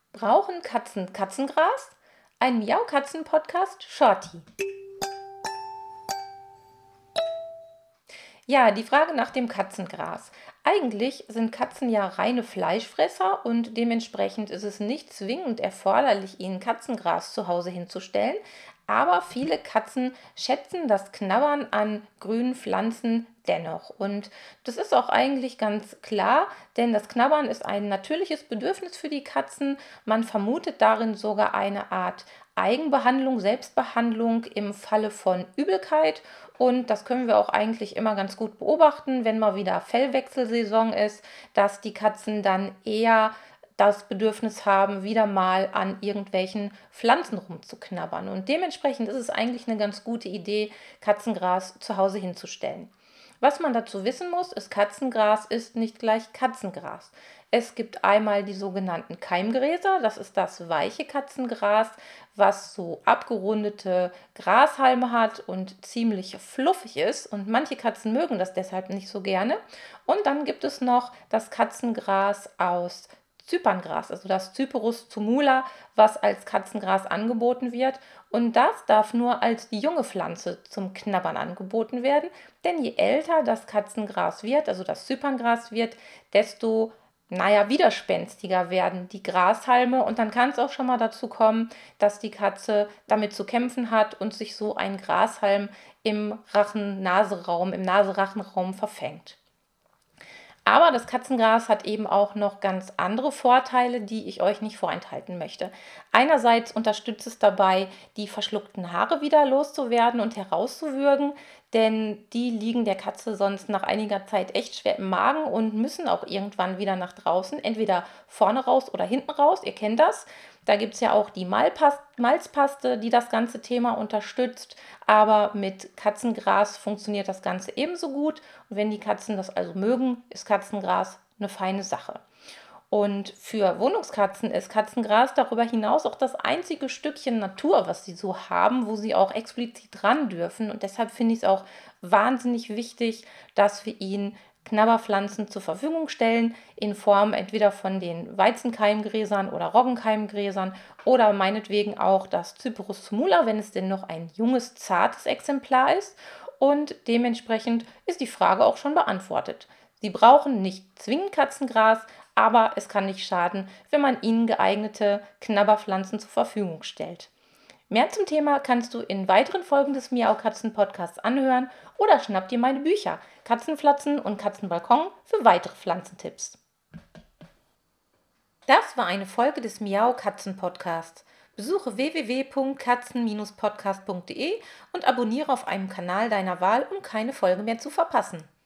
Brauchen Katzen Katzengras? Ein Miau-Katzen-Podcast Shorty. Ja, die Frage nach dem Katzengras. Eigentlich sind Katzen ja reine Fleischfresser und dementsprechend ist es nicht zwingend erforderlich, ihnen Katzengras zu Hause hinzustellen. Aber viele Katzen schätzen das Knabbern an grünen Pflanzen dennoch. Und das ist auch eigentlich ganz klar, denn das Knabbern ist ein natürliches Bedürfnis für die Katzen. Man vermutet darin sogar eine Art Eigenbehandlung, Selbstbehandlung im Falle von Übelkeit. Und das können wir auch eigentlich immer ganz gut beobachten, wenn mal wieder Fellwechselsaison ist, dass die Katzen dann eher das Bedürfnis haben, wieder mal an irgendwelchen Pflanzen rumzuknabbern. Und dementsprechend ist es eigentlich eine ganz gute Idee, Katzengras zu Hause hinzustellen. Was man dazu wissen muss, ist, Katzengras ist nicht gleich Katzengras. Es gibt einmal die sogenannten Keimgräser, das ist das weiche Katzengras, was so abgerundete Grashalme hat und ziemlich fluffig ist. Und manche Katzen mögen das deshalb nicht so gerne. Und dann gibt es noch das Katzengras aus Zyperngras, also das Cyperus tumula, was als Katzengras angeboten wird. Und das darf nur als die junge Pflanze zum Knabbern angeboten werden, denn je älter das Katzengras wird, also das Zyperngras wird, desto widerspenstiger werden die Grashalme und dann kann es auch schon mal dazu kommen, dass die Katze damit zu kämpfen hat und sich so ein Grashalm im Rachen-Naseraum, im Naserachenraum verfängt. Aber das Katzengras hat eben auch noch ganz andere Vorteile, die ich euch nicht vorenthalten möchte. Einerseits unterstützt es dabei, die verschluckten Haare wieder loszuwerden und herauszuwürgen, denn die liegen der Katze sonst nach einiger Zeit echt schwer im Magen und müssen auch irgendwann wieder nach draußen, entweder vorne raus oder hinten raus, ihr kennt das. Da gibt es ja auch die Malzpaste, die das ganze Thema unterstützt, aber mit Katzengras funktioniert das Ganze ebenso gut. Und wenn die Katzen das also mögen, ist Katzengras eine feine Sache. Und für Wohnungskatzen ist Katzengras darüber hinaus auch das einzige Stückchen Natur, was sie so haben, wo sie auch explizit ran dürfen. Und deshalb finde ich es auch wahnsinnig wichtig, dass wir ihnen Knabberpflanzen zur Verfügung stellen, in Form entweder von den Weizenkeimgräsern oder Roggenkeimgräsern oder meinetwegen auch das Cyperus tumula, wenn es denn noch ein junges, zartes Exemplar ist. Und dementsprechend ist die Frage auch schon beantwortet. Sie brauchen nicht zwingend Katzengras, aber es kann nicht schaden, wenn man ihnen geeignete Knabberpflanzen zur Verfügung stellt. Mehr zum Thema kannst du in weiteren Folgen des Miau Katzen Podcasts anhören oder schnapp dir meine Bücher Katzenpflanzen und Katzenbalkon für weitere Pflanzentipps. Das war eine Folge des Miau Katzen Podcasts. Besuche www.katzen-podcast.de und abonniere auf einem Kanal deiner Wahl, um keine Folge mehr zu verpassen.